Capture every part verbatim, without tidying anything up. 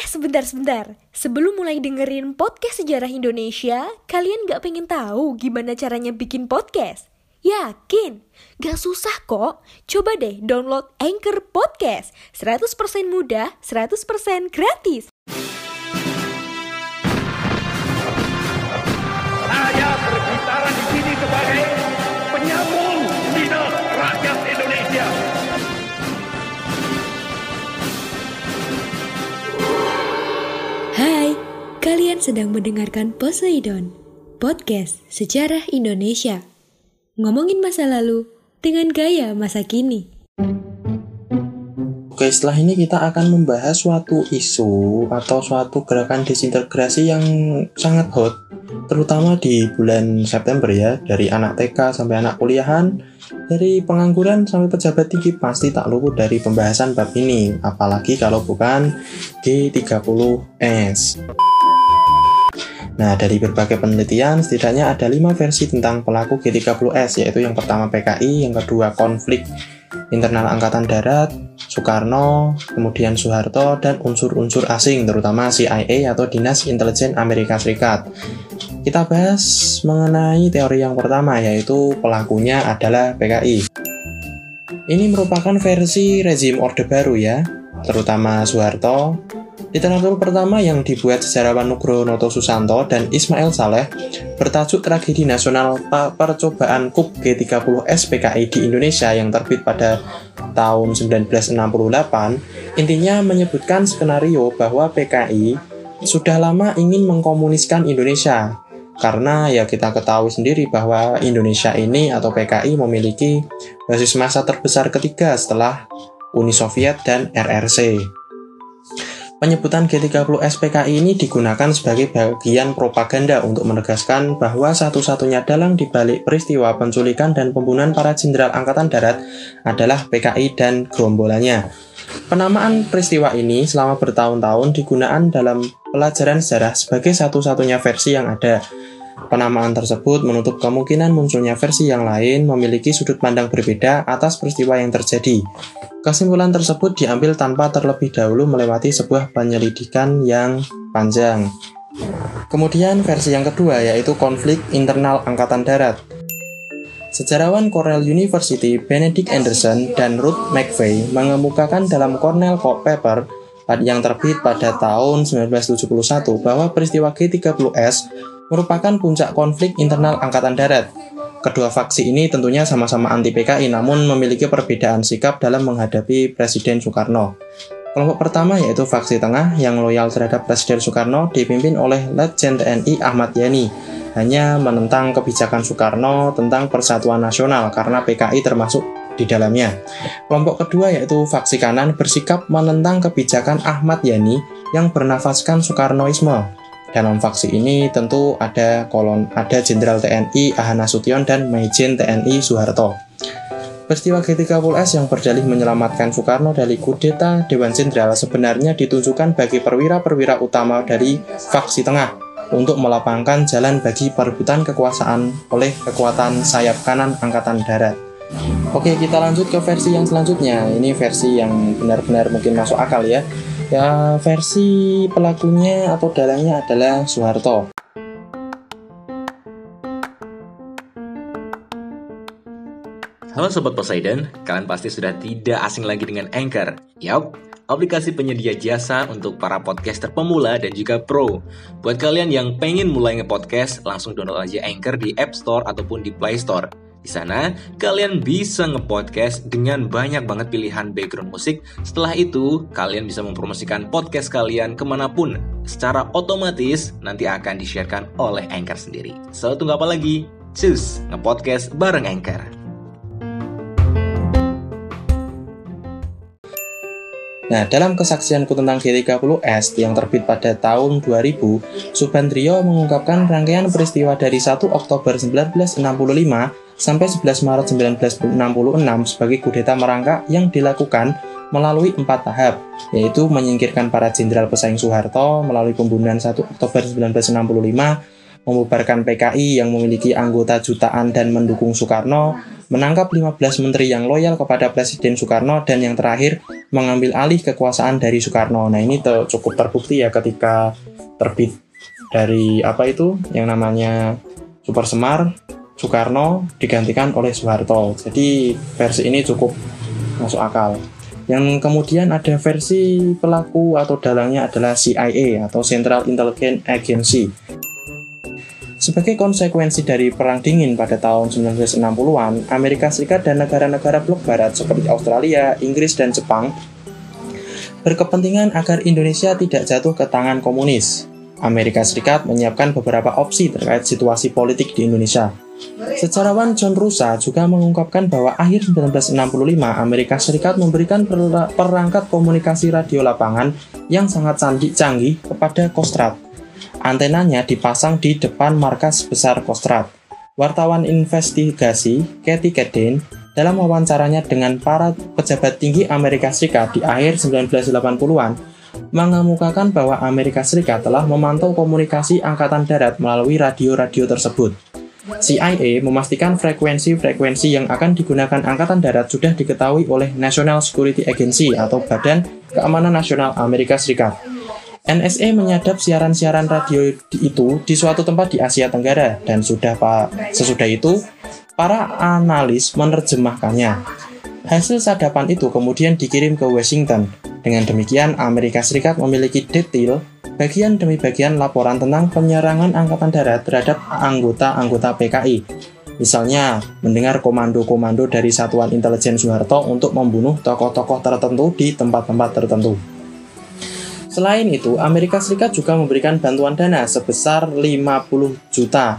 sebentar-sebentar. Sebelum mulai dengerin podcast sejarah Indonesia, kalian gak pengen tahu gimana caranya bikin podcast? Yakin? Gak susah kok. Coba deh download Anchor Podcast. seratus persen mudah, seratus persen gratis. Saya berbicara di sini sebagai penyambung lidah rakyat Indonesia. Hai, kalian sedang mendengarkan Poseidon, podcast sejarah Indonesia. Ngomongin masa lalu dengan gaya masa kini. Oke, setelah ini kita akan membahas suatu isu atau suatu gerakan disintegrasi yang sangat hot, terutama di bulan September ya, dari anak T K sampai anak kuliahan, dari pengangguran sampai pejabat tinggi pasti tak luput dari pembahasan bab ini, apalagi kalau bukan G tiga puluh S. Nah, dari berbagai penelitian, setidaknya ada lima versi tentang pelaku G tiga puluh S, yaitu yang pertama P K I, yang kedua konflik internal Angkatan Darat, Soekarno, kemudian Soeharto, dan unsur-unsur asing, terutama C I A atau Dinas Intelijen Amerika Serikat. Kita bahas mengenai teori yang pertama, yaitu pelakunya adalah P K I. Ini merupakan versi rezim Orde Baru ya, terutama Soeharto. Literatur pertama yang dibuat sejarawan Nugroho Noto Susanto dan Ismail Saleh bertajuk Tragedi Nasional Percobaan Coup G tiga puluh S P K I di Indonesia yang terbit pada tahun sembilan belas enam puluh delapan, intinya menyebutkan skenario bahwa P K I sudah lama ingin mengkomuniskan Indonesia. Karena ya kita ketahui sendiri bahwa Indonesia ini atau P K I memiliki basis massa terbesar ketiga setelah Uni Soviet dan R R C. Penyebutan G tiga puluh S P K I ini digunakan sebagai bagian propaganda untuk menegaskan bahwa satu-satunya dalang di balik peristiwa penculikan dan pembunuhan para jenderal Angkatan Darat adalah P K I dan gerombolannya. Penamaan peristiwa ini selama bertahun-tahun digunakan dalam pelajaran sejarah sebagai satu-satunya versi yang ada. Penamaan tersebut menutup kemungkinan munculnya versi yang lain memiliki sudut pandang berbeda atas peristiwa yang terjadi. Kesimpulan tersebut diambil tanpa terlebih dahulu melewati sebuah penyelidikan yang panjang. Kemudian versi yang kedua yaitu konflik internal Angkatan Darat. Sejarawan Cornell University Benedict Anderson dan Ruth McVeigh mengemukakan dalam Cornell Paper yang terbit pada tahun sembilan belas tujuh puluh satu bahwa peristiwa G tiga puluh S merupakan puncak konflik internal Angkatan Darat. Kedua faksi ini tentunya sama-sama anti P K I namun memiliki perbedaan sikap dalam menghadapi Presiden Soekarno. Kelompok pertama yaitu faksi tengah yang loyal terhadap Presiden Soekarno dipimpin oleh Letjen T N I Ahmad Yani, hanya menentang kebijakan Soekarno tentang persatuan nasional karena P K I termasuk di dalamnya. Kelompok kedua yaitu faksi kanan bersikap menentang kebijakan Ahmad Yani yang bernafaskan Soekarnoisme. Dalam faksi ini tentu ada kolon ada Jenderal T N I A H Nasution dan Majen T N I Soeharto. Peristiwa G tiga puluh S yang berdalih menyelamatkan Soekarno dari kudeta Dewan Jenderal sebenarnya ditunjukkan bagi perwira-perwira utama dari faksi tengah untuk melapangkan jalan bagi perebutan kekuasaan oleh kekuatan sayap kanan Angkatan Darat. Oke, kita lanjut ke versi yang selanjutnya. Ini versi yang benar-benar mungkin masuk akal ya. Ya, versi pelakunya atau dalangnya adalah Soeharto. Halo Sobat Poseidon, kalian pasti sudah tidak asing lagi dengan Anchor. Yap, aplikasi penyedia jasa untuk para podcaster pemula dan juga pro. Buat kalian yang pengen mulai nge-podcast, langsung download aja Anchor di App Store ataupun di Play Store. Di sana, kalian bisa nge-podcast dengan banyak banget pilihan background musik. Setelah itu, kalian bisa mempromosikan podcast kalian kemanapun. Secara otomatis, nanti akan di-sharekan oleh Anchor sendiri. So, tunggu apa lagi? Cus, nge-podcast bareng Anchor. Nah, dalam kesaksianku tentang G tiga puluh S yang terbit pada tahun dua ribu, Subandrio mengungkapkan rangkaian peristiwa dari satu Oktober sembilan belas enam puluh lima sampai sebelas Maret sembilan belas enam puluh enam sebagai kudeta merangkak yang dilakukan melalui empat tahap, yaitu menyingkirkan para jenderal pesaing Soeharto melalui pembunuhan satu Oktober sembilan belas enam puluh lima, membubarkan P K I yang memiliki anggota jutaan dan mendukung Soekarno, menangkap lima belas menteri yang loyal kepada Presiden Soekarno, dan yang terakhir mengambil alih kekuasaan dari Soekarno. Nah, ini te- cukup terbukti ya ketika terbit dari apa itu yang namanya Super Semar, Soekarno digantikan oleh Soeharto. Jadi versi ini cukup masuk akal. Yang kemudian ada versi pelaku atau dalangnya adalah C I A atau Central Intelligence Agency. Sebagai konsekuensi dari Perang Dingin pada tahun sembilan belas enam puluhan, Amerika Serikat dan negara-negara blok barat seperti Australia, Inggris, dan Jepang berkepentingan agar Indonesia tidak jatuh ke tangan komunis. Amerika Serikat menyiapkan beberapa opsi terkait situasi politik di Indonesia. Sejarawan John Rusa juga mengungkapkan bahwa akhir sembilan belas enam puluh lima Amerika Serikat memberikan perangkat komunikasi radio lapangan yang sangat canggih kepada Kostrad. Antenanya dipasang di depan markas besar Kostrad. Wartawan investigasi Kathy Kaden dalam wawancaranya dengan para pejabat tinggi Amerika Serikat di akhir sembilan belas delapan puluhan mengemukakan bahwa Amerika Serikat telah memantau komunikasi Angkatan Darat melalui radio-radio tersebut. C I A memastikan frekuensi-frekuensi yang akan digunakan Angkatan Darat sudah diketahui oleh National Security Agency atau Badan Keamanan Nasional Amerika Serikat. N S A menyadap siaran-siaran radio itu di suatu tempat di Asia Tenggara, dan sudah Pak sesudah itu para analis menerjemahkannya. Hasil sadapan itu kemudian dikirim ke Washington. Dengan demikian, Amerika Serikat memiliki detail bagian demi bagian laporan tentang penyerangan Angkatan Darat terhadap anggota-anggota P K I. Misalnya, mendengar komando-komando dari Satuan Intelijen Soeharto untuk membunuh tokoh-tokoh tertentu di tempat-tempat tertentu. Selain itu, Amerika Serikat juga memberikan bantuan dana sebesar lima puluh juta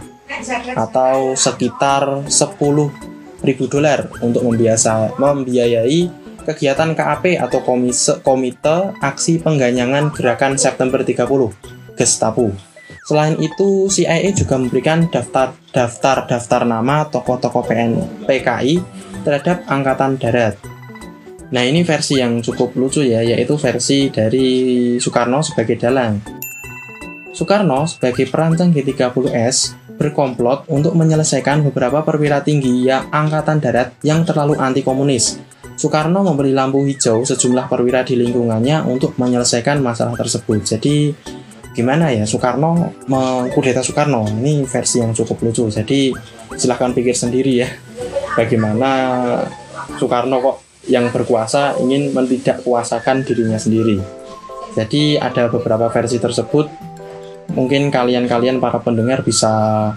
atau sekitar sepuluh ribu dolar untuk membiasa, membiayai kegiatan K A P atau Komise, Komite Aksi Pengganyangan Gerakan September tiga puluh, Gestapo. Selain itu, C I A juga memberikan daftar-daftar nama tokoh-tokoh P K I terhadap Angkatan Darat. Nah, ini versi yang cukup lucu ya, yaitu versi dari Soekarno sebagai dalang. Soekarno sebagai perancang G tiga puluh S berkomplot untuk menyelesaikan beberapa perwira tinggi yang Angkatan Darat yang terlalu anti-komunis. Soekarno memberi lampu hijau sejumlah perwira di lingkungannya untuk menyelesaikan masalah tersebut. Jadi, gimana ya Soekarno mengkudeta Soekarno? Ini versi yang cukup lucu. Jadi, silahkan pikir sendiri ya, bagaimana Soekarno kok yang berkuasa ingin mentidakkuasakan dirinya sendiri. Jadi ada beberapa versi tersebut. Mungkin kalian-kalian para pendengar bisa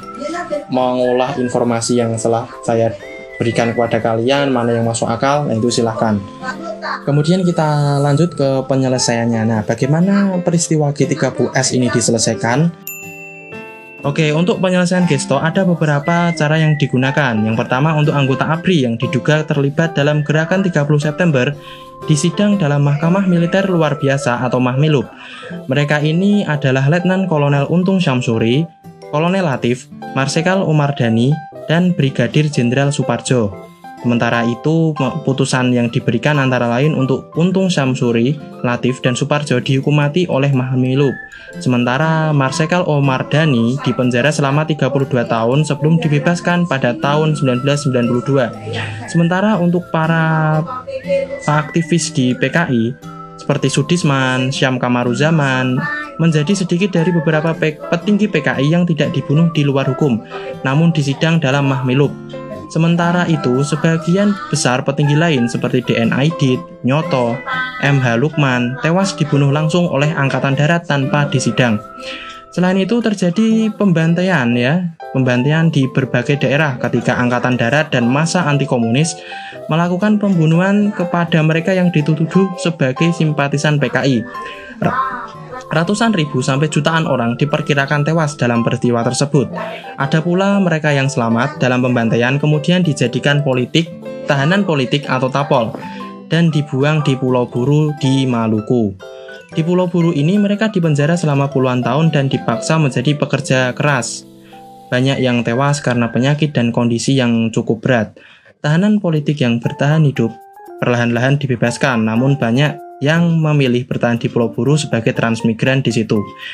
mengolah informasi yang telah saya berikan kepada kalian, mana yang masuk akal, nah itu silahkan. Kemudian kita lanjut ke penyelesaiannya. Nah, bagaimana peristiwa G tiga puluh S ini diselesaikan? Oke, untuk penyelesaian Gesto ada beberapa cara yang digunakan. Yang pertama, untuk anggota A B R I yang diduga terlibat dalam gerakan tiga puluh September disidang dalam Mahkamah Militer Luar Biasa atau Mahmilub. Mereka ini adalah Letnan Kolonel Untung Syamsuri, Kolonel Latif, Marsikal Umar Dhani, dan Brigadir Jenderal Suparjo. Sementara itu, putusan yang diberikan antara lain untuk Untung Syamsuri, Latif, dan Suparjo dihukum mati oleh Mahmilub. Sementara Marsikal Omar Dhani dipenjara selama tiga puluh dua tahun sebelum dibebaskan pada tahun sembilan belas sembilan puluh dua. Sementara untuk para aktivis di P K I seperti Sudisman, Syam Kamaruzaman menjadi sedikit dari beberapa petinggi P K I yang tidak dibunuh di luar hukum, namun disidang dalam Mahmilub. Sementara itu, sebagian besar petinggi lain seperti D N Aidit, Nyoto, M H Lukman tewas dibunuh langsung oleh Angkatan Darat tanpa disidang. Selain itu terjadi pembantaian ya, pembantaian di berbagai daerah ketika Angkatan Darat dan massa anti-komunis melakukan pembunuhan kepada mereka yang dituduh sebagai simpatisan P K I. Ratusan ribu sampai jutaan orang diperkirakan tewas dalam peristiwa tersebut. Ada pula mereka yang selamat dalam pembantaian kemudian dijadikan politik, tahanan politik atau tapol, dan dibuang di Pulau Buru di Maluku. Di Pulau Buru ini mereka dipenjara selama puluhan tahun dan dipaksa menjadi pekerja keras. Banyak yang tewas karena penyakit dan kondisi yang cukup berat. Tahanan politik yang bertahan hidup perlahan-lahan dibebaskan, namun banyak yang memilih bertahan di Pulau Buru sebagai transmigran di situ.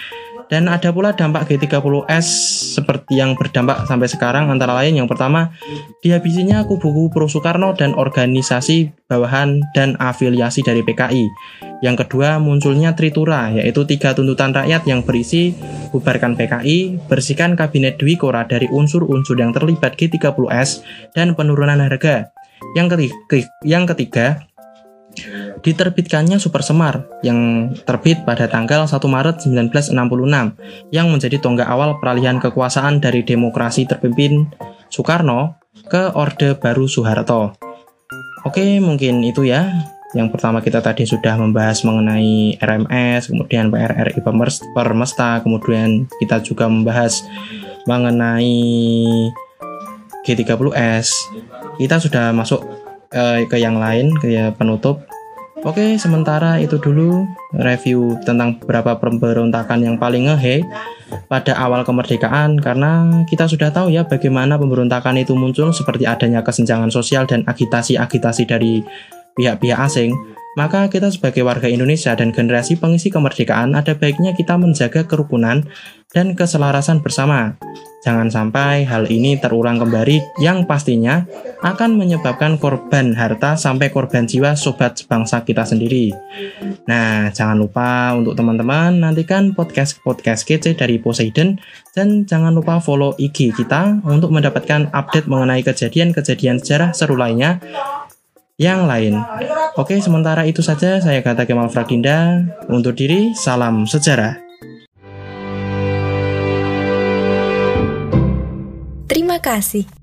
Dan ada pula dampak G tiga puluh S seperti yang berdampak sampai sekarang, antara lain yang pertama, dihabisinya kubu-kubu pro Soekarno dan organisasi bawahan dan afiliasi dari P K I. Yang kedua, munculnya Tritura, yaitu tiga tuntutan rakyat yang berisi bubarkan P K I, bersihkan kabinet Dwi Kora dari unsur-unsur yang terlibat G tiga puluh S, dan penurunan harga. Yang ketiga, yang ketiga diterbitkannya Super Semar yang terbit pada tanggal satu Maret seribu sembilan ratus enam puluh enam yang menjadi tonggak awal peralihan kekuasaan dari demokrasi terpimpin Soekarno ke Orde Baru Soeharto. Oke, mungkin itu ya. Yang pertama kita tadi sudah membahas mengenai R M S, kemudian P R R I Permesta, kemudian kita juga membahas mengenai G tiga puluh S. Kita sudah masuk uh, ke yang lain, ke penutup. Oke, sementara itu dulu review tentang beberapa pemberontakan yang paling ngehe pada awal kemerdekaan, karena kita sudah tahu ya bagaimana pemberontakan itu muncul seperti adanya kesenjangan sosial dan agitasi-agitasi dari pihak-pihak asing. Maka kita sebagai warga Indonesia dan generasi pengisi kemerdekaan ada baiknya kita menjaga kerukunan dan keselarasan bersama. Jangan sampai hal ini terulang kembali yang pastinya akan menyebabkan korban harta sampai korban jiwa sobat sebangsa kita sendiri. Nah, jangan lupa untuk teman-teman nantikan podcast-podcast kece dari Poseidon dan jangan lupa follow I G kita untuk mendapatkan update mengenai kejadian-kejadian sejarah seru lainnya yang lain. Oke, sementara itu saja. Saya Gata Kemal Fraginda. Untuk diri, salam sejarah. Terima kasih.